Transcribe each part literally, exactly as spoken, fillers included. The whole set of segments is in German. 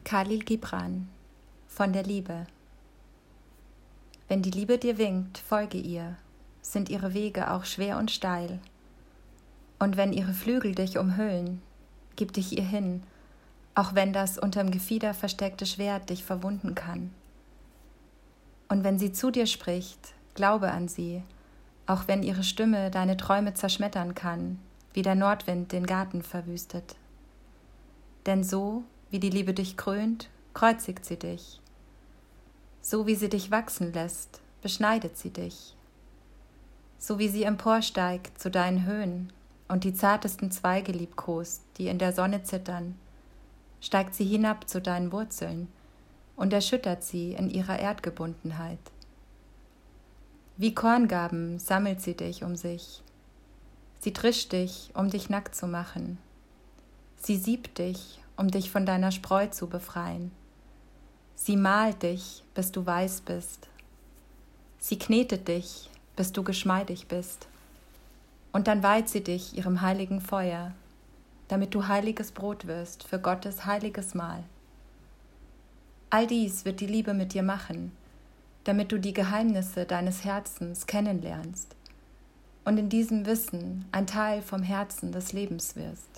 Khalil Gibran von der Liebe. Wenn die Liebe dir winkt, folge ihr, sind ihre Wege auch schwer und steil. Und wenn ihre Flügel dich umhüllen, gib dich ihr hin, auch wenn das unterm Gefieder versteckte Schwert dich verwunden kann. Und wenn sie zu dir spricht, glaube an sie, auch wenn ihre Stimme deine Träume zerschmettern kann, wie der Nordwind den Garten verwüstet. Denn so, wie die Liebe dich krönt, kreuzigt sie dich. So wie sie dich wachsen lässt, beschneidet sie dich. So wie sie emporsteigt zu deinen Höhen und die zartesten Zweige liebkost, die in der Sonne zittern, steigt sie hinab zu deinen Wurzeln und erschüttert sie in ihrer Erdgebundenheit. Wie Korngaben sammelt sie dich um sich. Sie trischt dich, um dich nackt zu machen. Sie siebt dich, um dich von deiner Spreu zu befreien. Sie mahlt dich, bis du weiß bist. Sie knetet dich, bis du geschmeidig bist. Und dann weiht sie dich ihrem heiligen Feuer, damit du heiliges Brot wirst für Gottes heiliges Mahl. All dies wird die Liebe mit dir machen, damit du die Geheimnisse deines Herzens kennenlernst und in diesem Wissen ein Teil vom Herzen des Lebens wirst.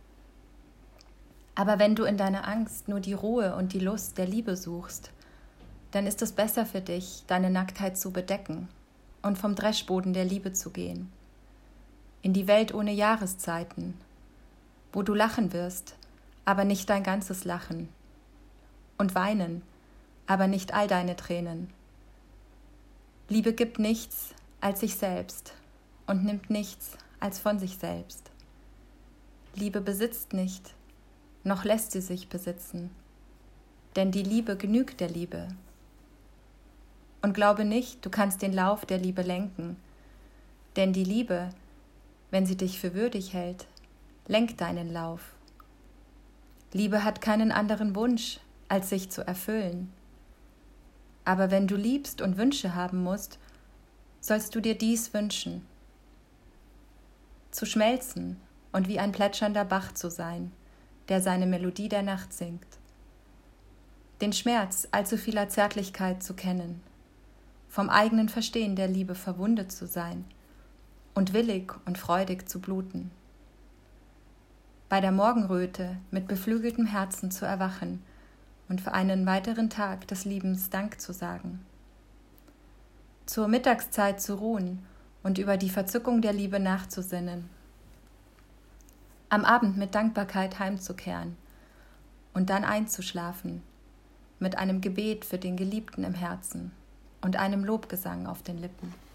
Aber wenn du in deiner Angst nur die Ruhe und die Lust der Liebe suchst, dann ist es besser für dich, deine Nacktheit zu bedecken und vom Dreschboden der Liebe zu gehen, in die Welt ohne Jahreszeiten, wo du lachen wirst, aber nicht dein ganzes Lachen, und weinen, aber nicht all deine Tränen. Liebe gibt nichts als sich selbst und nimmt nichts als von sich selbst. Liebe besitzt nicht, noch lässt sie sich besitzen, denn die Liebe genügt der Liebe. Und glaube nicht, du kannst den Lauf der Liebe lenken, denn die Liebe, wenn sie dich für würdig hält, lenkt deinen Lauf. Liebe hat keinen anderen Wunsch, als sich zu erfüllen. Aber wenn du liebst und Wünsche haben musst, sollst du dir dies wünschen: zu schmelzen und wie ein plätschernder Bach zu sein, der seine Melodie der Nacht singt. Den Schmerz allzu vieler Zärtlichkeit zu kennen, vom eigenen Verstehen der Liebe verwundet zu sein und willig und freudig zu bluten. Bei der Morgenröte mit beflügeltem Herzen zu erwachen und für einen weiteren Tag des Liebens Dank zu sagen. Zur Mittagszeit zu ruhen und über die Verzückung der Liebe nachzusinnen. Am Abend mit Dankbarkeit heimzukehren und dann einzuschlafen mit einem Gebet für den Geliebten im Herzen und einem Lobgesang auf den Lippen.